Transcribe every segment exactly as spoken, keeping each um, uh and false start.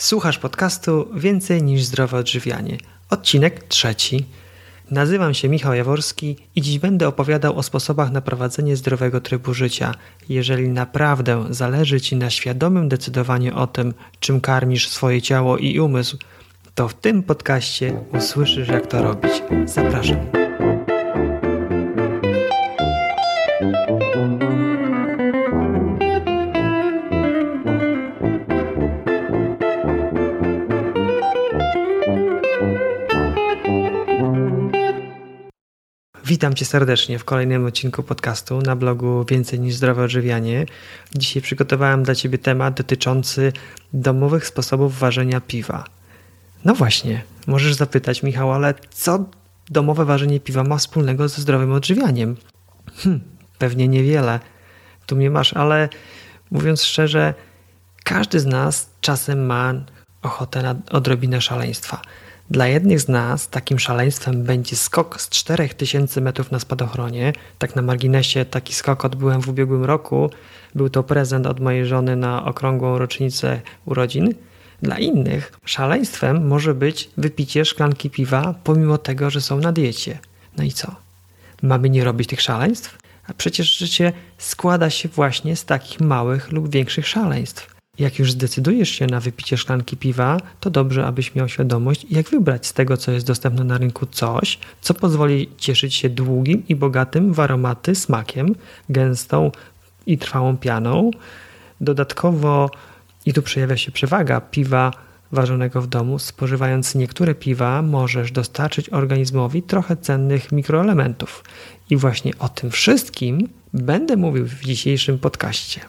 Słuchasz podcastu Więcej niż zdrowe odżywianie. Odcinek trzeci. Nazywam się Michał Jaworski i dziś będę opowiadał o sposobach na prowadzenie zdrowego trybu życia. Jeżeli naprawdę zależy Ci na świadomym decydowaniu o tym, czym karmisz swoje ciało i umysł, to w tym podcaście usłyszysz, jak to robić. Zapraszam. Witam Cię serdecznie w kolejnym odcinku podcastu na blogu Więcej niż zdrowe odżywianie. Dzisiaj przygotowałem dla Ciebie temat dotyczący domowych sposobów ważenia piwa. No właśnie, możesz zapytać, Michał, ale co domowe ważenie piwa ma wspólnego ze zdrowym odżywianiem? Hm, pewnie niewiele. Tu mnie masz, ale mówiąc szczerze, każdy z nas czasem ma ochotę na odrobinę szaleństwa. Dla jednych z nas takim szaleństwem będzie skok z czterech tysięcy metrów na spadochronie. Tak na marginesie, taki skok odbyłem w ubiegłym roku. Był to prezent od mojej żony na okrągłą rocznicę urodzin. Dla innych szaleństwem może być wypicie szklanki piwa, pomimo tego, że są na diecie. No i co? Mamy nie robić tych szaleństw? A przecież życie składa się właśnie z takich małych lub większych szaleństw. Jak już zdecydujesz się na wypicie szklanki piwa, to dobrze, abyś miał świadomość, jak wybrać z tego, co jest dostępne na rynku, coś, co pozwoli cieszyć się długim i bogatym w aromaty smakiem, gęstą i trwałą pianą. Dodatkowo, i tu przejawia się przewaga piwa ważonego w domu, spożywając niektóre piwa możesz dostarczyć organizmowi trochę cennych mikroelementów. I właśnie o tym wszystkim będę mówił w dzisiejszym podcaście.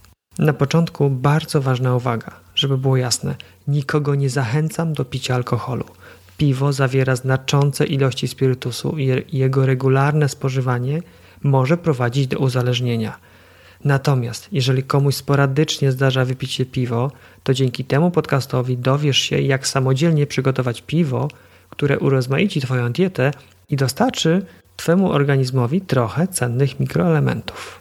Na początku bardzo ważna uwaga, żeby było jasne, nikogo nie zachęcam do picia alkoholu. Piwo zawiera znaczące ilości spirytusu i jego regularne spożywanie może prowadzić do uzależnienia. Natomiast jeżeli komuś sporadycznie zdarza wypić się piwo, to dzięki temu podcastowi dowiesz się, jak samodzielnie przygotować piwo, które urozmaici Twoją dietę i dostarczy Twemu organizmowi trochę cennych mikroelementów.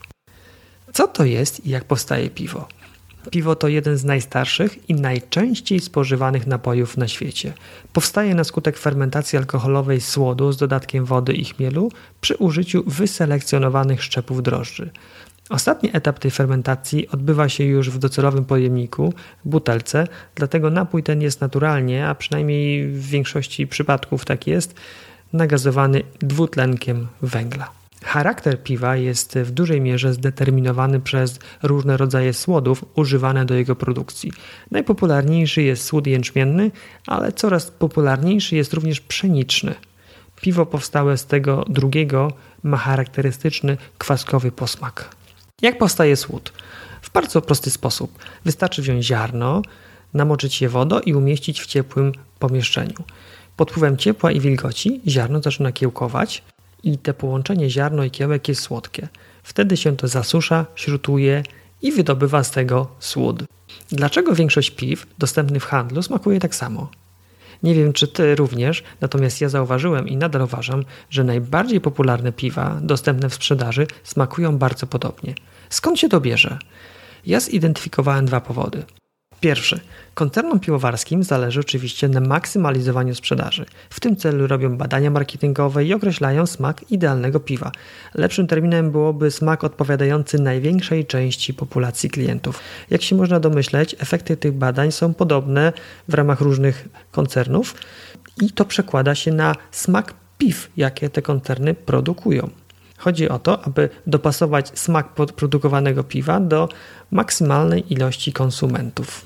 Co to jest i jak powstaje piwo? Piwo to jeden z najstarszych i najczęściej spożywanych napojów na świecie. Powstaje na skutek fermentacji alkoholowej słodu z dodatkiem wody i chmielu przy użyciu wyselekcjonowanych szczepów drożdży. Ostatni etap tej fermentacji odbywa się już w docelowym pojemniku, w butelce, dlatego napój ten jest naturalnie, a przynajmniej w większości przypadków tak jest, nagazowany dwutlenkiem węgla. Charakter piwa jest w dużej mierze zdeterminowany przez różne rodzaje słodów używane do jego produkcji. Najpopularniejszy jest słód jęczmienny, ale coraz popularniejszy jest również pszeniczny. Piwo powstałe z tego drugiego ma charakterystyczny kwaskowy posmak. Jak powstaje słód? W bardzo prosty sposób. Wystarczy wziąć ziarno, namoczyć je wodą i umieścić w ciepłym pomieszczeniu. Pod wpływem ciepła i wilgoci ziarno zaczyna kiełkować, i te połączenie ziarno i kiełek jest słodkie. Wtedy się to zasusza, śrutuje i wydobywa z tego słód. Dlaczego większość piw dostępnych w handlu smakuje tak samo? Nie wiem, czy Ty również, natomiast ja zauważyłem i nadal uważam, że najbardziej popularne piwa dostępne w sprzedaży smakują bardzo podobnie. Skąd się to bierze? Ja zidentyfikowałem dwa powody. Pierwszy. Koncernom piwowarskim zależy oczywiście na maksymalizowaniu sprzedaży. W tym celu robią badania marketingowe i określają smak idealnego piwa. Lepszym terminem byłoby smak odpowiadający największej części populacji klientów. Jak się można domyśleć, efekty tych badań są podobne w ramach różnych koncernów i to przekłada się na smak piw, jakie te koncerny produkują. Chodzi o to, aby dopasować smak produkowanego piwa do maksymalnej ilości konsumentów.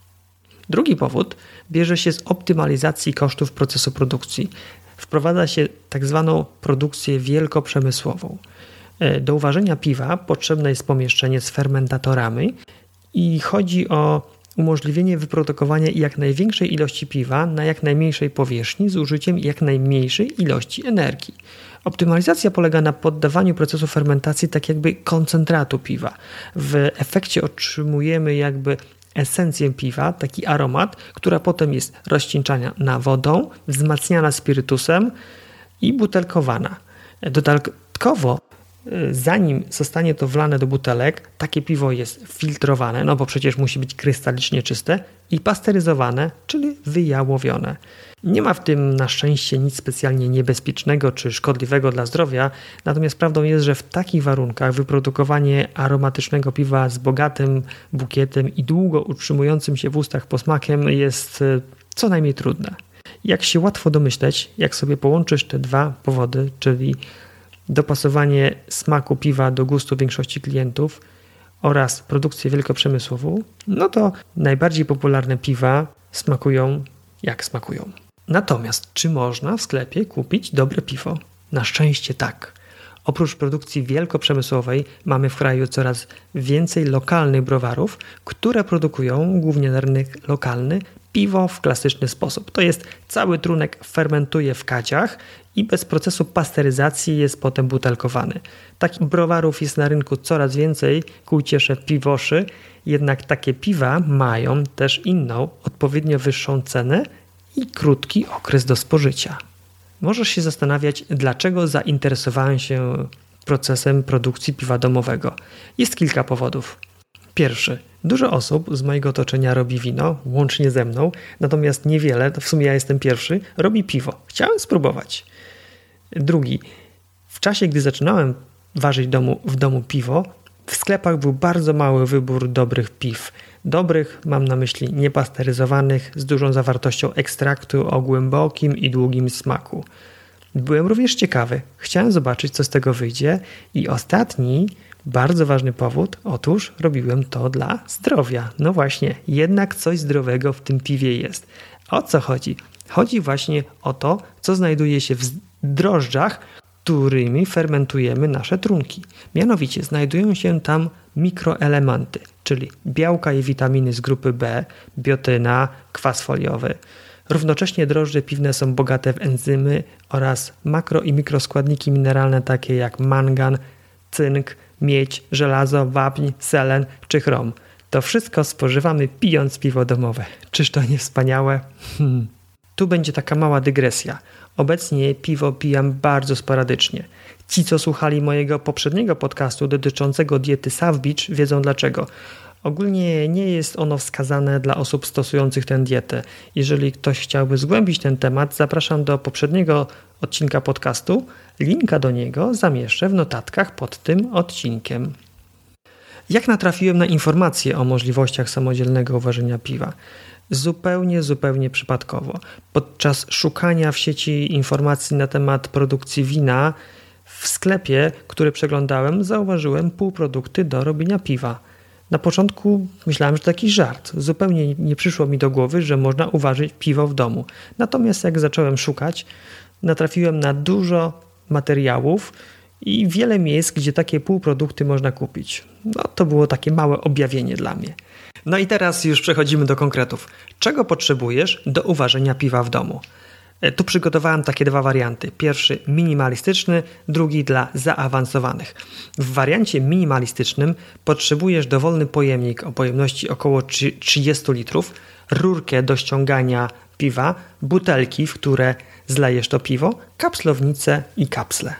Drugi powód bierze się z optymalizacji kosztów procesu produkcji. Wprowadza się tak zwaną produkcję wielkoprzemysłową. Do uważenia piwa potrzebne jest pomieszczenie z fermentatorami i chodzi o umożliwienie wyprodukowania jak największej ilości piwa na jak najmniejszej powierzchni z użyciem jak najmniejszej ilości energii. Optymalizacja polega na poddawaniu procesu fermentacji tak jakby koncentratu piwa. W efekcie otrzymujemy jakby esencję piwa, taki aromat, która potem jest rozcieńczana wodą, wzmacniana spirytusem i butelkowana. Dodatkowo zanim zostanie to wlane do butelek, takie piwo jest filtrowane, no bo przecież musi być krystalicznie czyste, i pasteryzowane, czyli wyjałowione. Nie ma w tym na szczęście nic specjalnie niebezpiecznego czy szkodliwego dla zdrowia, natomiast prawdą jest, że w takich warunkach wyprodukowanie aromatycznego piwa z bogatym bukietem i długo utrzymującym się w ustach posmakiem jest co najmniej trudne. Jak się łatwo domyśleć, jak sobie połączysz te dwa powody, czyli dopasowanie smaku piwa do gustu większości klientów oraz produkcję wielkoprzemysłową, no to najbardziej popularne piwa smakują jak smakują. Natomiast czy można w sklepie kupić dobre piwo? Na szczęście tak. Oprócz produkcji wielkoprzemysłowej mamy w kraju coraz więcej lokalnych browarów, które produkują głównie na rynek lokalny piwo w klasyczny sposób. To jest cały trunek fermentuje w kaciach i bez procesu pasteryzacji jest potem butelkowany. Takich browarów jest na rynku coraz więcej ku uciesze piwoszy, jednak takie piwa mają też inną, odpowiednio wyższą cenę i krótki okres do spożycia. Możesz się zastanawiać, dlaczego zainteresowałem się procesem produkcji piwa domowego. Jest kilka powodów. Pierwszy. Dużo osób z mojego otoczenia robi wino, łącznie ze mną, natomiast niewiele, to w sumie ja jestem pierwszy, robi piwo. Chciałem spróbować. Drugi. W czasie, gdy zaczynałem ważyć domu, w domu piwo, w sklepach był bardzo mały wybór dobrych piw. Dobrych mam na myśli niepasteryzowanych, z dużą zawartością ekstraktu o głębokim i długim smaku. Byłem również ciekawy. Chciałem zobaczyć, co z tego wyjdzie i ostatni, bardzo ważny powód, otóż robiłem to dla zdrowia. No właśnie, jednak coś zdrowego w tym piwie jest. O co chodzi? Chodzi właśnie o to, co znajduje się w drożdżach, którymi fermentujemy nasze trunki. Mianowicie znajdują się tam mikroelementy, czyli białka i witaminy z grupy B, biotyna, kwas foliowy. Równocześnie drożdże piwne są bogate w enzymy oraz makro- i mikroskładniki mineralne takie jak mangan, cynk, miedź, żelazo, wapń, selen czy chrom. To wszystko spożywamy pijąc piwo domowe. Czyż to nie wspaniałe? Hmm. Tu będzie taka mała dygresja. Obecnie piwo pijam bardzo sporadycznie. Ci, co słuchali mojego poprzedniego podcastu dotyczącego diety South Beach, wiedzą dlaczego. Ogólnie nie jest ono wskazane dla osób stosujących tę dietę. Jeżeli ktoś chciałby zgłębić ten temat, zapraszam do poprzedniego odcinka podcastu. Linka do niego zamieszczę w notatkach pod tym odcinkiem. Jak natrafiłem na informacje o możliwościach samodzielnego uważania piwa? Zupełnie, zupełnie przypadkowo. Podczas szukania w sieci informacji na temat produkcji wina w sklepie, który przeglądałem, zauważyłem półprodukty do robienia piwa. Na początku myślałem, że to jakiś żart. Zupełnie nie przyszło mi do głowy, że można uważać piwo w domu. Natomiast jak zacząłem szukać, natrafiłem na dużo materiałów i wiele miejsc, gdzie takie półprodukty można kupić. No to było takie małe objawienie dla mnie. No i teraz już przechodzimy do konkretów. Czego potrzebujesz do uważania piwa w domu? Tu przygotowałem takie dwa warianty. Pierwszy minimalistyczny, drugi dla zaawansowanych. W wariancie minimalistycznym potrzebujesz dowolny pojemnik o pojemności około trzydzieści litrów, rurkę do ściągania piwa, butelki, w które zlejesz to piwo, kapslownicę i kapsle.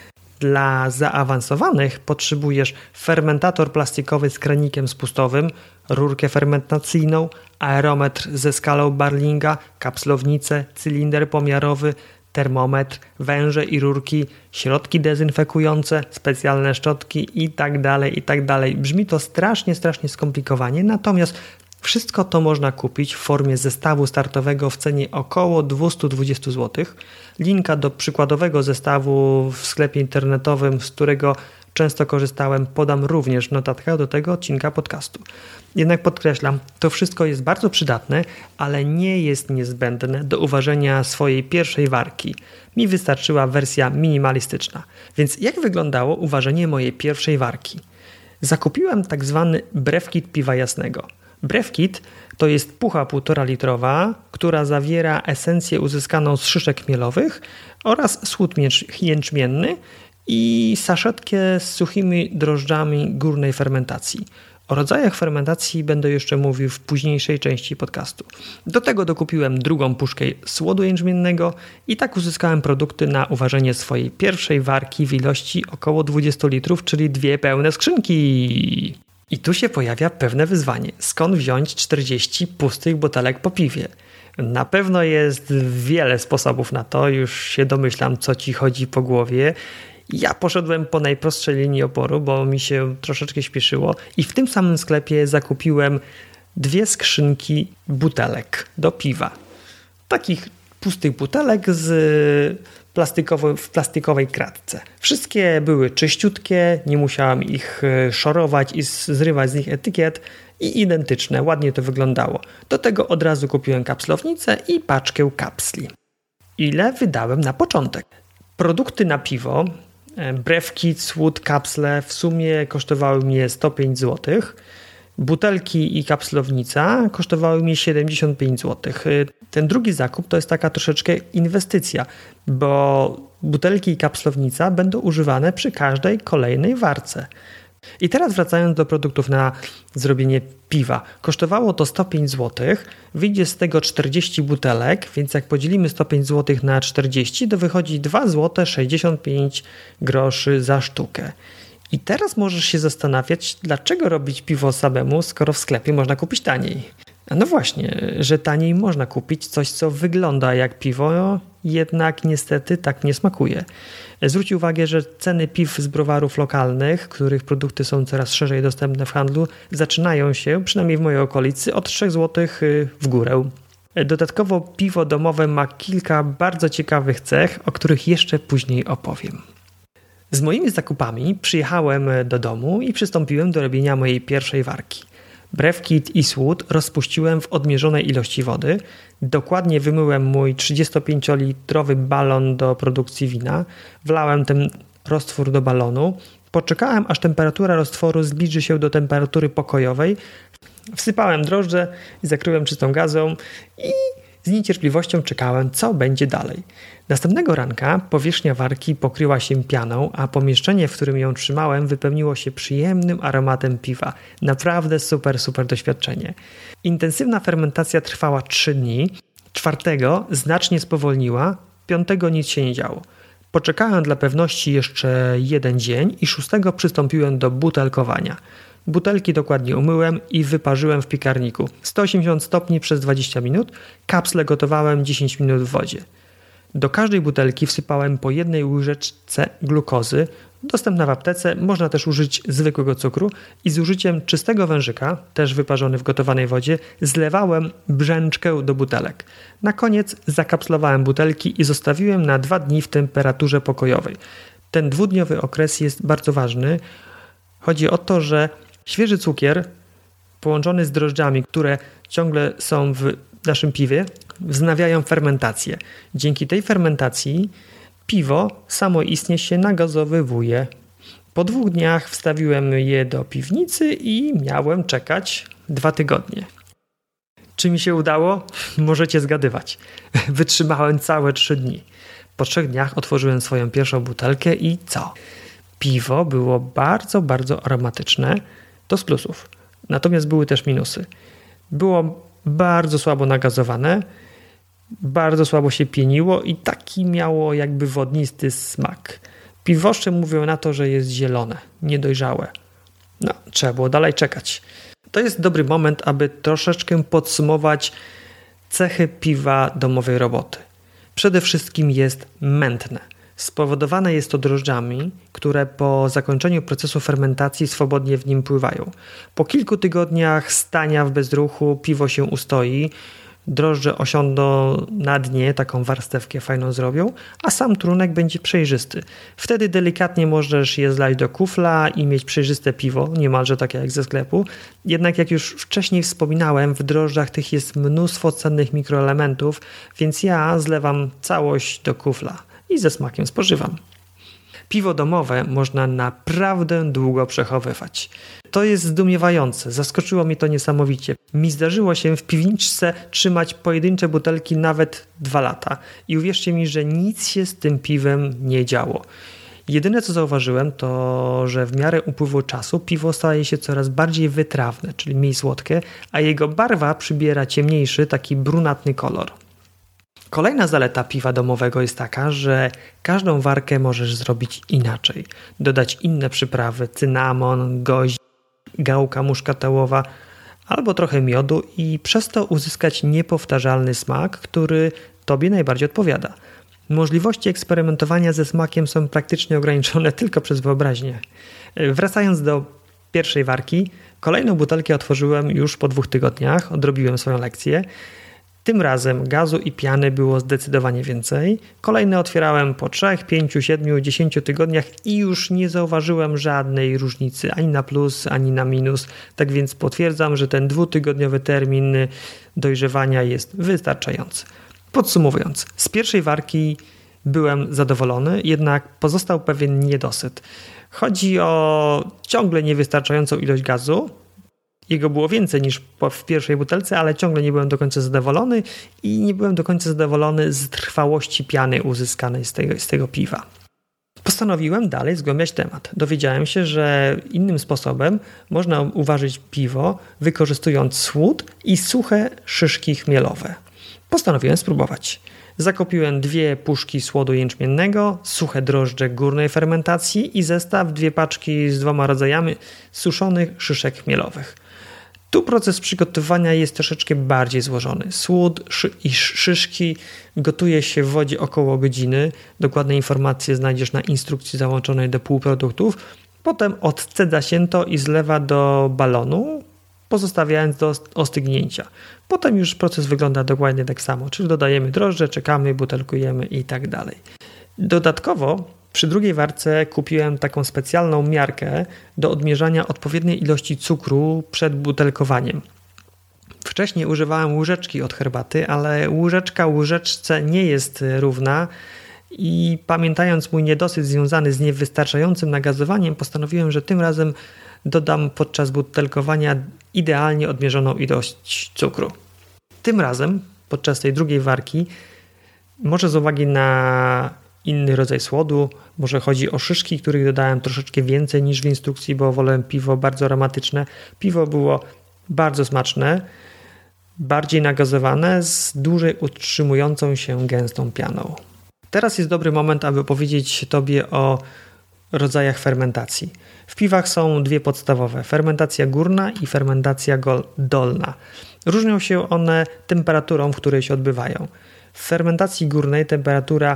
Dla zaawansowanych potrzebujesz fermentator plastikowy z kranikiem spustowym, rurkę fermentacyjną, aerometr ze skalą Barlinga, kapslownicę, cylinder pomiarowy, termometr, węże i rurki, środki dezynfekujące, specjalne szczotki i tak dalej, i tak dalej. Brzmi to strasznie, strasznie skomplikowanie, natomiast wszystko to można kupić w formie zestawu startowego w cenie około dwieście dwadzieścia złotych. Linka do przykładowego zestawu w sklepie internetowym, z którego często korzystałem, podam również w notatkach do tego odcinka podcastu. Jednak podkreślam, to wszystko jest bardzo przydatne, ale nie jest niezbędne do uważania swojej pierwszej warki. Mi wystarczyła wersja minimalistyczna. Więc jak wyglądało uważanie mojej pierwszej warki? Zakupiłem tak zwany brewkit piwa jasnego. Brewkit to jest pucha półtora litrowa, która zawiera esencję uzyskaną z szyszek chmielowych oraz słód jęczmienny i saszetkę z suchymi drożdżami górnej fermentacji. O rodzajach fermentacji będę jeszcze mówił w późniejszej części podcastu. Do tego dokupiłem drugą puszkę słodu jęczmiennego i tak uzyskałem produkty na uważenie swojej pierwszej warki w ilości około dwadzieścia litrów, czyli dwie pełne skrzynki. I tu się pojawia pewne wyzwanie. Skąd wziąć czterdzieści pustych butelek po piwie? Na pewno jest wiele sposobów na to, już się domyślam, co ci chodzi po głowie. Ja poszedłem po najprostszej linii oporu, bo mi się troszeczkę śpieszyło i w tym samym sklepie zakupiłem dwie skrzynki butelek do piwa. Takich pustych butelek z plastikowo, w plastikowej kratce. Wszystkie były czyściutkie, nie musiałem ich szorować i zrywać z nich etykiet i identyczne, ładnie to wyglądało. Do tego od razu kupiłem kapslownicę i paczkę kapsli. Ile wydałem na początek? Produkty na piwo, brewkit, słód, kapsle w sumie kosztowały mnie sto pięć złotych. Butelki i kapslownica kosztowały mnie siedemdziesiąt pięć złotych. Ten drugi zakup to jest taka troszeczkę inwestycja, bo butelki i kapslownica będą używane przy każdej kolejnej warce. I teraz wracając do produktów na zrobienie piwa. Kosztowało to sto pięć złotych, wyjdzie z tego czterdzieści butelek, więc jak podzielimy sto pięć złotych na czterdzieści, to wychodzi dwa złote sześćdziesiąt pięć groszy za sztukę. I teraz możesz się zastanawiać, dlaczego robić piwo samemu, skoro w sklepie można kupić taniej. A no właśnie, że taniej można kupić coś, co wygląda jak piwo, jednak niestety tak nie smakuje. Zwróć uwagę, że ceny piw z browarów lokalnych, których produkty są coraz szerzej dostępne w handlu, zaczynają się, przynajmniej w mojej okolicy, od trzech złotych w górę. Dodatkowo piwo domowe ma kilka bardzo ciekawych cech, o których jeszcze później opowiem. Z moimi zakupami przyjechałem do domu i przystąpiłem do robienia mojej pierwszej warki. Brewkit i słód rozpuściłem w odmierzonej ilości wody. Dokładnie wymyłem mój trzydziestopięciolitrowy balon do produkcji wina. Wlałem ten roztwór do balonu. Poczekałem, aż temperatura roztworu zbliży się do temperatury pokojowej. Wsypałem drożdże i zakryłem czystą gazą i z niecierpliwością czekałem, co będzie dalej. Następnego ranka powierzchnia warki pokryła się pianą, a pomieszczenie, w którym ją trzymałem, wypełniło się przyjemnym aromatem piwa. Naprawdę super, super doświadczenie. Intensywna fermentacja trwała trzy dni, czwartego znacznie spowolniła, piątego nic się nie działo. Poczekałem dla pewności jeszcze jeden dzień i szóstego przystąpiłem do butelkowania. Butelki dokładnie umyłem i wyparzyłem w piekarniku. sto osiemdziesiąt stopni przez dwadzieścia minut, kapsle gotowałem dziesięć minut w wodzie. Do każdej butelki wsypałem po jednej łyżeczce glukozy, dostępna w aptece, można też użyć zwykłego cukru i z użyciem czystego wężyka, też wyparzony w gotowanej wodzie, zlewałem brzęczkę do butelek. Na koniec zakapslowałem butelki i zostawiłem na dwa dni w temperaturze pokojowej. Ten dwudniowy okres jest bardzo ważny. Chodzi o to, że świeży cukier połączony z drożdżami, które ciągle są w naszym piwie, wznawiają fermentację. Dzięki tej fermentacji piwo samoistnie się nagazowywuje. Po dwóch dniach wstawiłem je do piwnicy i miałem czekać dwa tygodnie. Czy mi się udało? Możecie zgadywać. Wytrzymałem całe trzy dni. Po trzech dniach otworzyłem swoją pierwszą butelkę i co? Piwo było bardzo, bardzo aromatyczne. To z plusów. Natomiast były też minusy. Było bardzo słabo nagazowane, bardzo słabo się pieniło i taki miało jakby wodnisty smak. Piwosze mówią na to, że jest zielone, niedojrzałe. No, trzeba było dalej czekać. To jest dobry moment, aby troszeczkę podsumować cechy piwa domowej roboty. Przede wszystkim jest mętne. Spowodowane jest to drożdżami, które po zakończeniu procesu fermentacji swobodnie w nim pływają. Po kilku tygodniach stania w bezruchu piwo się ustoi, drożdże osiądą na dnie, taką warstewkę fajną zrobią, a sam trunek będzie przejrzysty. Wtedy delikatnie możesz je zlać do kufla i mieć przejrzyste piwo, niemalże takie jak ze sklepu. Jednak jak już wcześniej wspominałem, w drożdżach tych jest mnóstwo cennych mikroelementów, więc ja zlewam całość do kufla i ze smakiem spożywam. Piwo domowe można naprawdę długo przechowywać. To jest zdumiewające, zaskoczyło mnie to niesamowicie. Mi zdarzyło się w piwniczce trzymać pojedyncze butelki nawet dwa lata i uwierzcie mi, że nic się z tym piwem nie działo. Jedyne co zauważyłem to, że w miarę upływu czasu piwo staje się coraz bardziej wytrawne, czyli mniej słodkie, a jego barwa przybiera ciemniejszy, taki brunatny kolor. Kolejna zaleta piwa domowego jest taka, że każdą warkę możesz zrobić inaczej. Dodać inne przyprawy, cynamon, goźdź, gałka muszkatałowa albo trochę miodu i przez to uzyskać niepowtarzalny smak, który Tobie najbardziej odpowiada. Możliwości eksperymentowania ze smakiem są praktycznie ograniczone tylko przez wyobraźnię. Wracając do pierwszej warki, kolejną butelkę otworzyłem już po dwóch tygodniach, odrobiłem swoją lekcję. Tym razem gazu i piany było zdecydowanie więcej. Kolejne otwierałem po trzech, pięciu, siedmiu, dziesięciu tygodniach i już nie zauważyłem żadnej różnicy ani na plus, ani na minus. Tak więc potwierdzam, że ten dwutygodniowy termin dojrzewania jest wystarczający. Podsumowując, z pierwszej warki byłem zadowolony, jednak pozostał pewien niedosyt. Chodzi o ciągle niewystarczającą ilość gazu. Jego było więcej niż w pierwszej butelce, ale ciągle nie byłem do końca zadowolony i nie byłem do końca zadowolony z trwałości piany uzyskanej z tego, z tego piwa. Postanowiłem dalej zgłębiać temat. Dowiedziałem się, że innym sposobem można uważać piwo, wykorzystując słód i suche szyszki chmielowe. Postanowiłem spróbować. Zakupiłem dwie puszki słodu jęczmiennego, suche drożdże górnej fermentacji i zestaw dwie paczki z dwoma rodzajami suszonych szyszek chmielowych. Tu proces przygotowania jest troszeczkę bardziej złożony. Słód szy- i szyszki gotuje się w wodzie około godziny. Dokładne informacje znajdziesz na instrukcji załączonej do półproduktów. Potem odcedza się to i zlewa do balonu, pozostawiając do ostygnięcia. Potem już proces wygląda dokładnie tak samo, czyli dodajemy drożdże, czekamy, butelkujemy i tak dalej. Dodatkowo przy drugiej warce kupiłem taką specjalną miarkę do odmierzania odpowiedniej ilości cukru przed butelkowaniem. Wcześniej używałem łyżeczki od herbaty, ale łyżeczka łyżeczce nie jest równa i pamiętając mój niedosyt związany z niewystarczającym nagazowaniem, postanowiłem, że tym razem dodam podczas butelkowania idealnie odmierzoną ilość cukru. Tym razem, podczas tej drugiej warki, może z uwagi na inny rodzaj słodu, może chodzi o szyszki, których dodałem troszeczkę więcej niż w instrukcji, bo wolałem piwo bardzo aromatyczne. Piwo było bardzo smaczne, bardziej nagazowane, z dłużej utrzymującą się gęstą pianą. Teraz jest dobry moment, aby powiedzieć Tobie o rodzajach fermentacji. W piwach są dwie podstawowe, fermentacja górna i fermentacja dolna. Różnią się one temperaturą, w której się odbywają. W fermentacji górnej temperatura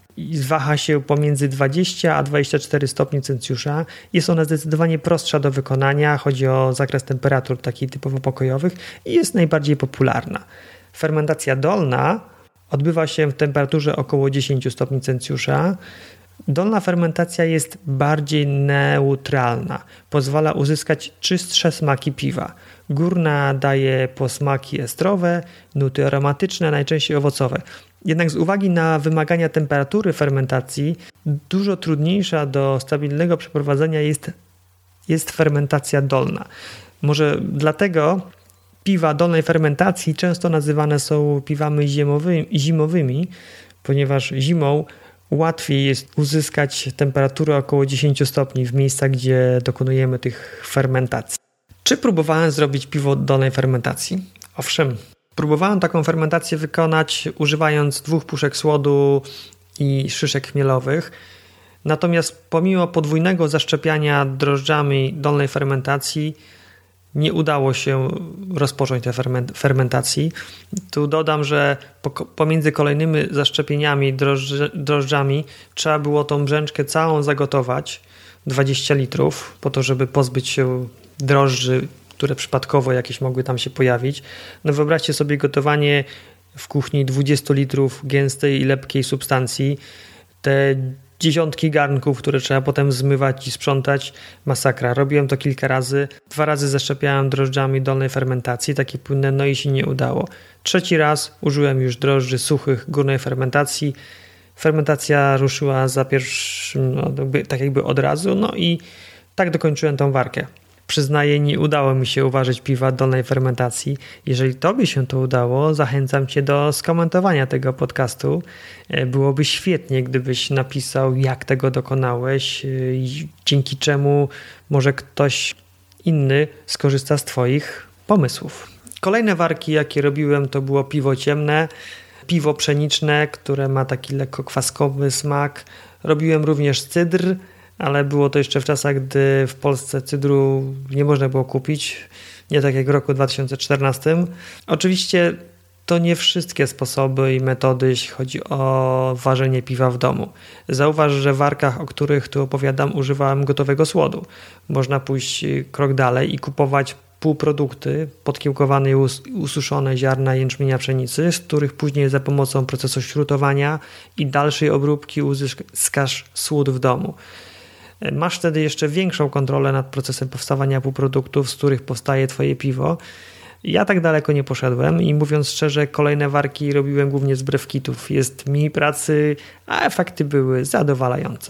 waha się pomiędzy dwadzieścia a dwadzieścia cztery stopnie Celsjusza. Jest ona zdecydowanie prostsza do wykonania, chodzi o zakres temperatur takich typowo pokojowych i jest najbardziej popularna. Fermentacja dolna odbywa się w temperaturze około dziesięć stopni Celsjusza. Dolna fermentacja jest bardziej neutralna, pozwala uzyskać czystsze smaki piwa. Górna daje posmaki estrowe, nuty aromatyczne, najczęściej owocowe. Jednak z uwagi na wymagania temperatury fermentacji, dużo trudniejsza do stabilnego przeprowadzenia jest, jest fermentacja dolna. Może dlatego piwa dolnej fermentacji często nazywane są piwami zimowymi, zimowymi ponieważ zimą łatwiej jest uzyskać temperaturę około dziesięć stopni w miejscach, gdzie dokonujemy tych fermentacji. Czy próbowałem zrobić piwo dolnej fermentacji? Owszem, próbowałem taką fermentację wykonać używając dwóch puszek słodu i szyszek chmielowych. Natomiast pomimo podwójnego zaszczepiania drożdżami dolnej fermentacji nie udało się rozpocząć tej fermentacji. Tu dodam, że pomiędzy kolejnymi zaszczepieniami drożdż, drożdżami trzeba było tą brzęczkę całą zagotować, dwadzieścia litrów, po to, żeby pozbyć się drożdży, które przypadkowo jakieś mogły tam się pojawić. No wyobraźcie sobie gotowanie w kuchni dwadzieścia litrów gęstej i lepkiej substancji. Te dziesiątki garnków, które trzeba potem zmywać i sprzątać. Masakra. Robiłem to kilka razy. Dwa razy zaszczepiałem drożdżami dolnej fermentacji, takie płynne, no i się nie udało. Trzeci raz użyłem już drożdży suchych górnej fermentacji. Fermentacja ruszyła za pierwszym, no, tak jakby od razu, no i tak dokończyłem tą warkę. Przyznaję, nie udało mi się uważać piwa dolnej fermentacji. Jeżeli tobie się to udało, zachęcam cię do skomentowania tego podcastu. Byłoby świetnie, gdybyś napisał, jak tego dokonałeś, dzięki czemu może ktoś inny skorzysta z twoich pomysłów. Kolejne warki, jakie robiłem, to było piwo ciemne, piwo pszeniczne, które ma taki lekko kwaskowy smak. Robiłem również cydr, ale było to jeszcze w czasach, gdy w Polsce cydru nie można było kupić, nie tak jak w roku dwa tysiące czternastym. Oczywiście to nie wszystkie sposoby i metody, jeśli chodzi o ważenie piwa w domu. Zauważ, że w warkach, o których tu opowiadam, używałem gotowego słodu. Można pójść krok dalej i kupować półprodukty, podkiełkowane i ususzone ziarna jęczmienia pszenicy, z których później za pomocą procesu śrutowania i dalszej obróbki uzyskasz słód w domu. Masz wtedy jeszcze większą kontrolę nad procesem powstawania półproduktów, z których powstaje twoje piwo. Ja tak daleko nie poszedłem i mówiąc szczerze, kolejne warki robiłem głównie z brewkitów. Jest mniej pracy, a efekty były zadowalające.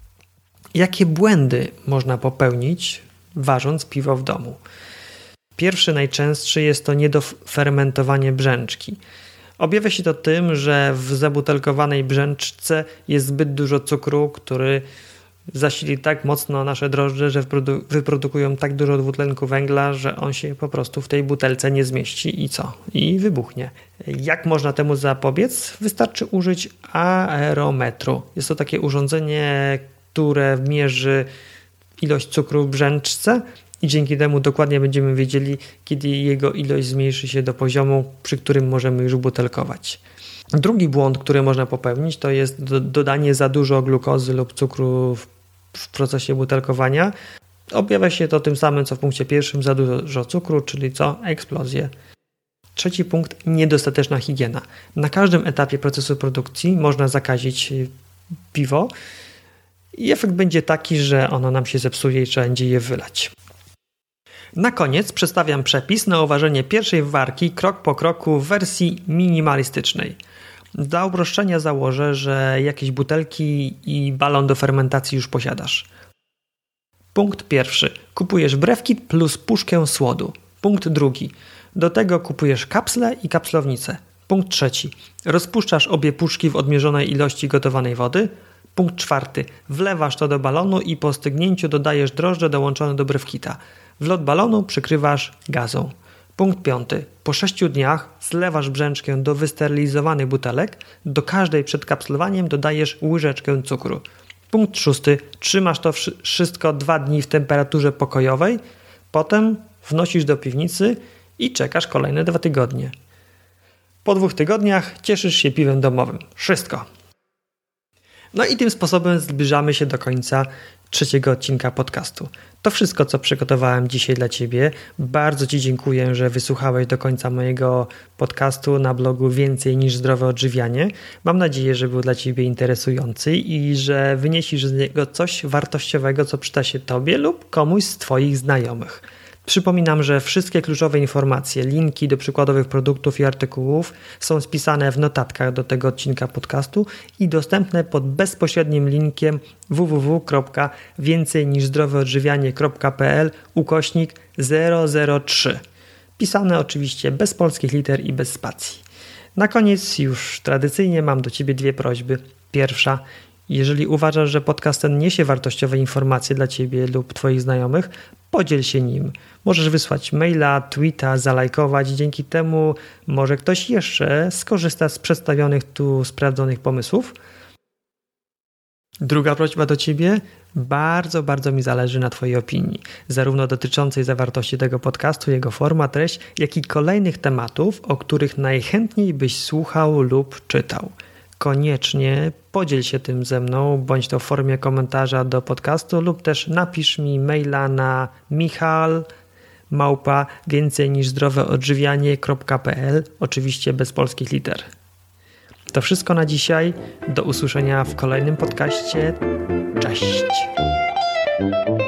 Jakie błędy można popełnić, ważąc piwo w domu? Pierwszy, najczęstszy jest to niedofermentowanie brzęczki. Objawia się to tym, że w zabutelkowanej brzęczce jest zbyt dużo cukru, który zasili tak mocno nasze drożdże, że wyprodukują tak dużo dwutlenku węgla, że on się po prostu w tej butelce nie zmieści i co? I wybuchnie. Jak można temu zapobiec? Wystarczy użyć aerometru. Jest to takie urządzenie, które mierzy ilość cukru w brzęczce i dzięki temu dokładnie będziemy wiedzieli, kiedy jego ilość zmniejszy się do poziomu, przy którym możemy już butelkować. Drugi błąd, który można popełnić, to jest do, dodanie za dużo glukozy lub cukru w, w procesie butelkowania. Objawia się to tym samym, co w punkcie pierwszym, za dużo cukru, czyli co? Eksplozję. Trzeci punkt, niedostateczna higiena. Na każdym etapie procesu produkcji można zakazić piwo i efekt będzie taki, że ono nam się zepsuje i trzeba będzie je wylać. Na koniec przedstawiam przepis na uważenie pierwszej warki krok po kroku w wersji minimalistycznej. Dla uproszczenia założę, że jakieś butelki i balon do fermentacji już posiadasz. Punkt pierwszy. Kupujesz brewkit plus puszkę słodu. Punkt drugi. Do tego kupujesz kapsle i kapslownicę. Punkt trzeci. Rozpuszczasz obie puszki w odmierzonej ilości gotowanej wody. Punkt czwarty. Wlewasz to do balonu i po stygnięciu dodajesz drożdże dołączone do brewkita. Wlot balonu przykrywasz gazą. Punkt piąty. Po sześciu dniach zlewasz brzęczkę do wysterylizowanych butelek. Do każdej przed kapslowaniem dodajesz łyżeczkę cukru. Punkt szósty. Trzymasz to wszystko dwa dni w temperaturze pokojowej. Potem wnosisz do piwnicy i czekasz kolejne dwa tygodnie. Po dwóch tygodniach cieszysz się piwem domowym. Wszystko. No i tym sposobem zbliżamy się do końca trzeciego odcinka podcastu. To wszystko, co przygotowałem dzisiaj dla Ciebie. Bardzo Ci dziękuję, że wysłuchałeś do końca mojego podcastu na blogu Więcej niż zdrowe odżywianie. Mam nadzieję, że był dla Ciebie interesujący i że wyniesiesz z niego coś wartościowego, co przyda się Tobie lub komuś z Twoich znajomych. Przypominam, że wszystkie kluczowe informacje, linki do przykładowych produktów i artykułów są spisane w notatkach do tego odcinka podcastu i dostępne pod bezpośrednim linkiem w w w kropka więcej niż zdrowe odżywianie kropka p l ukośnik zero zero trzy. Pisane oczywiście bez polskich liter i bez spacji. Na koniec już tradycyjnie mam do Ciebie dwie prośby. Pierwsza. Jeżeli uważasz, że podcast ten niesie wartościowe informacje dla Ciebie lub Twoich znajomych, podziel się nim. Możesz wysłać maila, tweeta, zalajkować. Dzięki temu może ktoś jeszcze skorzysta z przedstawionych tu sprawdzonych pomysłów. Druga prośba do Ciebie. Bardzo, bardzo mi zależy na Twojej opinii, zarówno dotyczącej zawartości tego podcastu, jego forma, treść, jak i kolejnych tematów, o których najchętniej byś słuchał lub czytał. Koniecznie podziel się tym ze mną, bądź to w formie komentarza do podcastu lub też napisz mi maila na michal małpa więcej niż zdrowe odżywianie kropka p l, oczywiście bez polskich liter. To wszystko na dzisiaj. Do usłyszenia w kolejnym podcaście. Cześć!